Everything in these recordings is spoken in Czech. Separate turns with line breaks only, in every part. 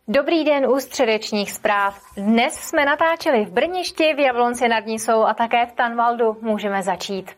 Dobrý den u středečních zpráv. Dnes jsme natáčeli v Brništi, v Jablonci nad Nisou a také v Tanvaldu. Můžeme začít.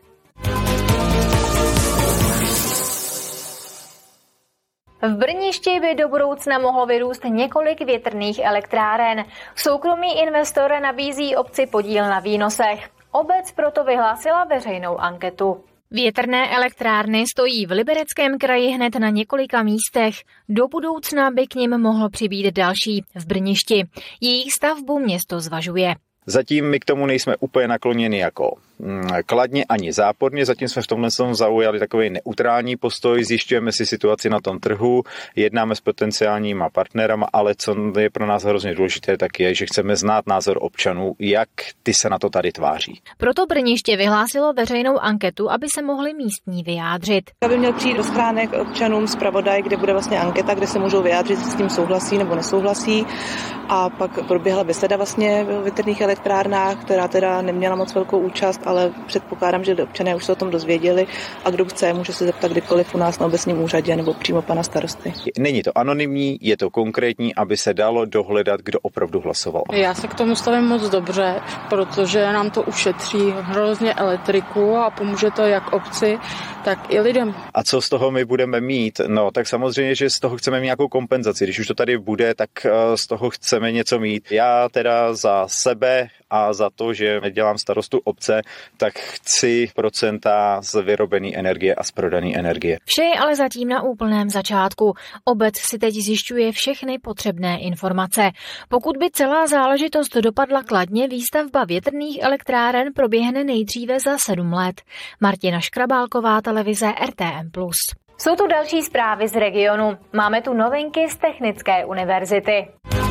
V Brništi by do budoucna mohlo vyrůst několik větrných elektráren. Soukromý investor nabízí obci podíl na výnosech. Obec proto vyhlásila veřejnou anketu. Větrné elektrárny stojí v Libereckém kraji hned na několika místech. Do budoucna by k nim mohlo přibýt další v Brništi. Jejich stavbu město zvažuje.
Zatím my k tomu nejsme úplně nakloněni jako kladně ani záporně, zatím jsme v tomhle zaujali takový neutrální postoj, zjišťujeme si situaci na tom trhu, jednáme s potenciálníma partnerama, ale co je pro nás hrozně důležité, tak je, že chceme znát názor občanů, jak ty se na to tady tváří.
Proto Brniště vyhlásilo veřejnou anketu, aby se mohli místní vyjádřit.
Aby měl přijít do schránek občanům zpravodaj, kde bude vlastně anketa, kde se můžou vyjádřit, s tím souhlasí nebo nesouhlasí. A pak proběhla beseda vlastně v větrných elektrárnách, která teda neměla moc velkou účast, ale předpokládám, že občané už se o tom dozvěděli a kdo chce, může se zeptat kdykoliv u nás na obecním úřadě nebo přímo pana starosty.
Není to anonymní, je to konkrétní, aby se dalo dohledat, kdo opravdu hlasoval.
Já se k tomu stavím moc dobře, protože nám to ušetří hrozně elektriku a pomůže to jak obci, tak i lidem.
A co z toho my budeme mít? No, tak samozřejmě, že z toho chceme mít nějakou kompenzaci. Když už to tady bude, tak z toho chceme něco mít. Já teda za sebe a za to, že dělám starostu obce, tak chci procenta z vyrobené energie a z prodané energie.
Vše je ale zatím na úplném začátku. Obec si teď zjišťuje všechny potřebné informace. Pokud by celá záležitost dopadla kladně, výstavba větrných elektráren proběhne nejdříve za 7 let. Martina Škrabálková, televize RTM+. Jsou tu další zprávy z regionu. Máme tu novinky z Technické univerzity.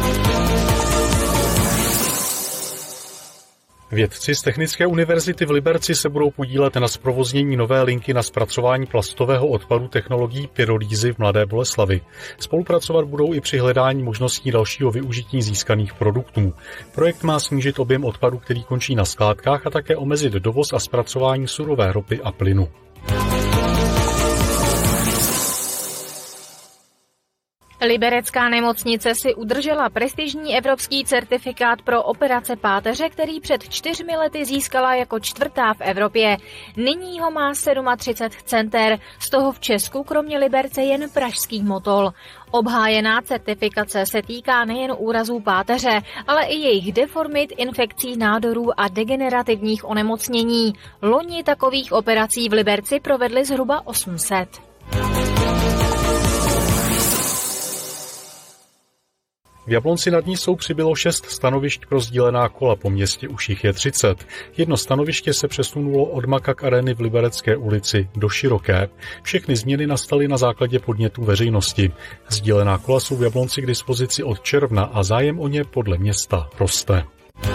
Vědci z Technické univerzity v Liberci se budou podílet na zprovoznění nové linky na zpracování plastového odpadu technologií pyrolýzy v Mladé Boleslavi. Spolupracovat budou i při hledání možností dalšího využití získaných produktů. Projekt má snížit objem odpadu, který končí na skládkách, a také omezit dovoz a zpracování surové ropy a plynu.
Liberecká nemocnice si udržela prestižní evropský certifikát pro operace páteře, který před 4 lety získala jako 4. v Evropě. Nyní ho má 37 center, z toho v Česku kromě Liberce jen pražský Motol. Obhájená certifikace se týká nejen úrazů páteře, ale i jejich deformit, infekcí, nádorů a degenerativních onemocnění. Loni takových operací v Liberci provedli zhruba 800.
V Jablonci nad Nisou přibylo 6 stanovišť pro sdílená kola, po městě už jich je 30. Jedno stanoviště se přesunulo od Makak Areny v Liberecké ulici do Široké. Všechny změny nastaly na základě podnětů veřejnosti. Sdílená kola jsou v Jablonci k dispozici od června a zájem o ně podle města roste.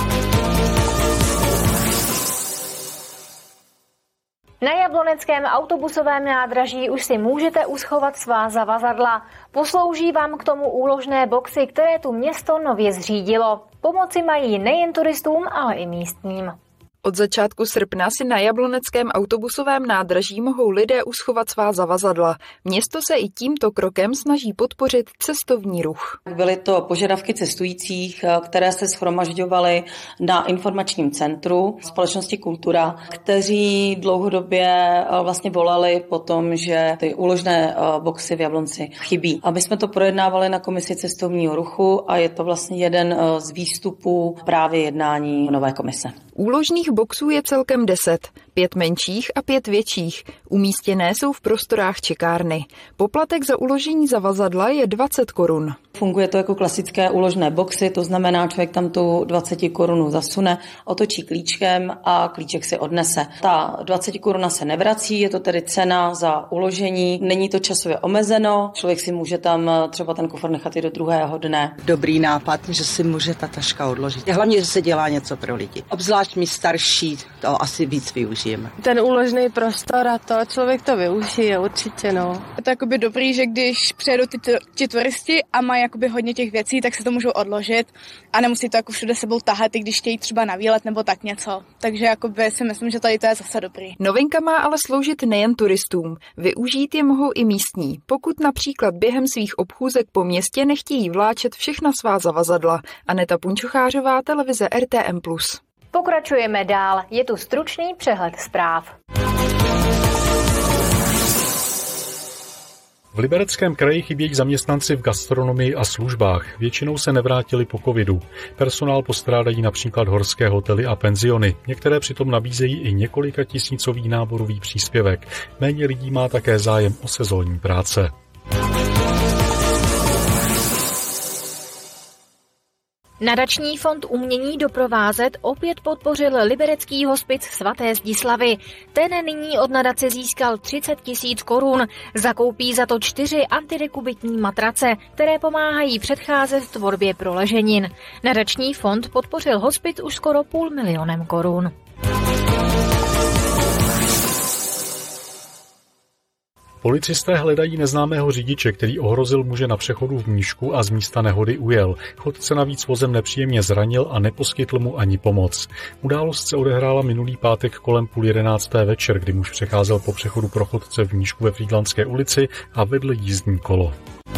Na jabloneckém autobusovém nádraží už si můžete uschovat svá zavazadla. Poslouží vám k tomu úložné boxy, které tu město nově zřídilo. Pomoci mají nejen turistům, ale i místním.
Od začátku srpna si na jabloneckém autobusovém nádraží mohou lidé uschovat svá zavazadla. Město se i tímto krokem snaží podpořit cestovní ruch.
Byly to požadavky cestujících, které se shromažďovaly na informačním centru společnosti Kultura, kteří dlouhodobě vlastně volali po tom, že ty úložné boxy v Jablonci chybí. A my jsme to projednávali na komisi cestovního ruchu a je to vlastně jeden z výstupů právě jednání nové komise.
Úložných boxů je celkem 10, 5 menších a 5 větších. Umístěné jsou v prostorách čekárny. Poplatek za uložení zavazadla je 20 korun.
Funguje to jako klasické úložné boxy, to znamená, člověk tam tu 20 korunu zasune, otočí klíčkem a klíček si odnese. Ta 20 koruna se nevrací, je to tedy cena za uložení, není to časově omezeno, člověk si může tam třeba ten kufr nechat i do druhého dne.
Dobrý nápad, že si může ta taška odložit. Hlavně, že se dělá něco pro lidi. Obzvlášť my starší lepší, to asi víc využijeme.
Ten úložný prostor a to, člověk to využije určitě, no.
Je to jakoby dobrý, že když přijedou ti turisti a mají jakoby hodně těch věcí, tak se to můžou odložit a nemusí to jako všude sebou tahat, i když chtějí třeba na výlet nebo tak něco. Takže jakoby si myslím, že tady to je zase dobrý.
Novinka má ale sloužit nejen turistům. Využít je mohou i místní, pokud například během svých obchůzek po městě nechtějí vláčet všechna svá zavazadla. Aneta Punčochářová, televize RTM+.
Pokračujeme dál, je tu stručný přehled zpráv.
V Libereckém kraji chybějí zaměstnanci v gastronomii a službách. Většinou se nevrátili po covidu. Personál postrádají například horské hotely a penziony. Některé přitom nabízejí i několika tisícový náborový příspěvek. Méně lidí má také zájem o sezónní práce.
Nadační fond umění doprovázet opět podpořil liberecký hospic svaté Zdislavy. Ten nyní od nadace získal 30 000 korun. Zakoupí za to 4 antidekubitní matrace, které pomáhají předcházet tvorbě proleženin. Nadační fond podpořil hospic už skoro 500 000 korun.
Policisté hledají neznámého řidiče, který ohrozil muže na přechodu v Mníšku a z místa nehody ujel. Chodce navíc vozem nepříjemně zranil a neposkytl mu ani pomoc. Událost se odehrála minulý pátek kolem 10:30 večer, kdy muž přecházel po přechodu pro chodce v Mníšku ve Frýdlantské ulici a vedl jízdní kolo.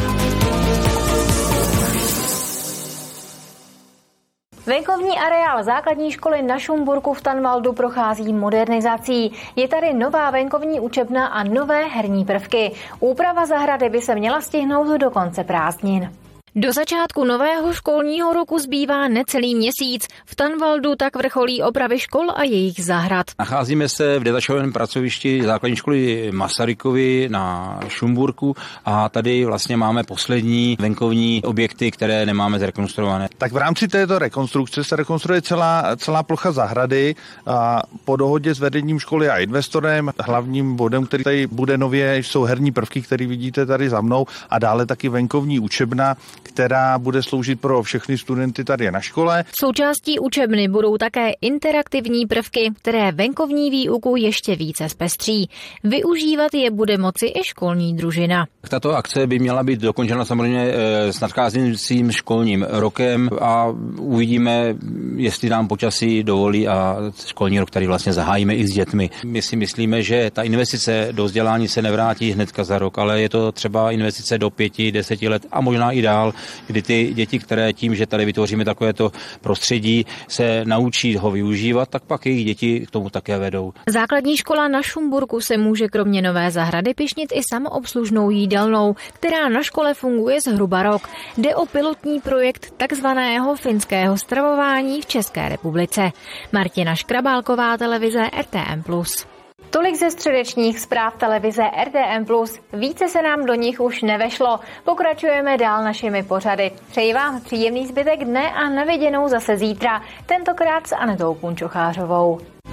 Venkovní areál základní školy na Šumburku v Tanvaldu prochází modernizací. Je tady nová venkovní učebna a nové herní prvky. Úprava zahrady by se měla stihnout do konce prázdnin. Do začátku nového školního roku zbývá necelý měsíc. V Tanvaldu tak vrcholí opravy škol a jejich zahrad.
Nacházíme se v detašovém pracovišti základní školy Masarykovy na Šumburku a tady vlastně máme poslední venkovní objekty, které nemáme zrekonstruované.
Tak v rámci této rekonstrukce se rekonstruuje celá plocha zahrady a po dohodě s vedením školy a investorem. Hlavním bodem, který tady bude nově, jsou herní prvky, které vidíte tady za mnou, a dále taky venkovní učebna, která bude sloužit pro všechny studenty tady na škole.
Součástí učebny budou také interaktivní prvky, které venkovní výuku ještě více zpestří. Využívat je bude moci i školní družina.
Tato akce by měla být dokončena samozřejmě s nadcházejícím školním rokem a uvidíme, jestli nám počasí dovolí a školní rok tady vlastně zahájíme i s dětmi. My si myslíme, že ta investice do vzdělání se nevrátí hnedka za rok, ale je to třeba investice do 5-10 let a možná i dál, kdy ty děti, které tím, že tady vytvoříme takovéto prostředí, se naučí ho využívat, tak pak jejich děti k tomu také vedou.
Základní škola na Šumburku se může kromě nové zahrady pyšnit i samoobslužnou jídelnou, která na škole funguje zhruba rok. Jde o pilotní projekt takzvaného finského stravování v České republice. Martina Škrabálková, televize RTM+. Tolik ze středečních zpráv televize RTM+. Více se nám do nich už nevešlo. Pokračujeme dál našimi pořady. Přeji vám příjemný zbytek dne a na viděnou zase zítra, tentokrát s Anetou Punčochářovou.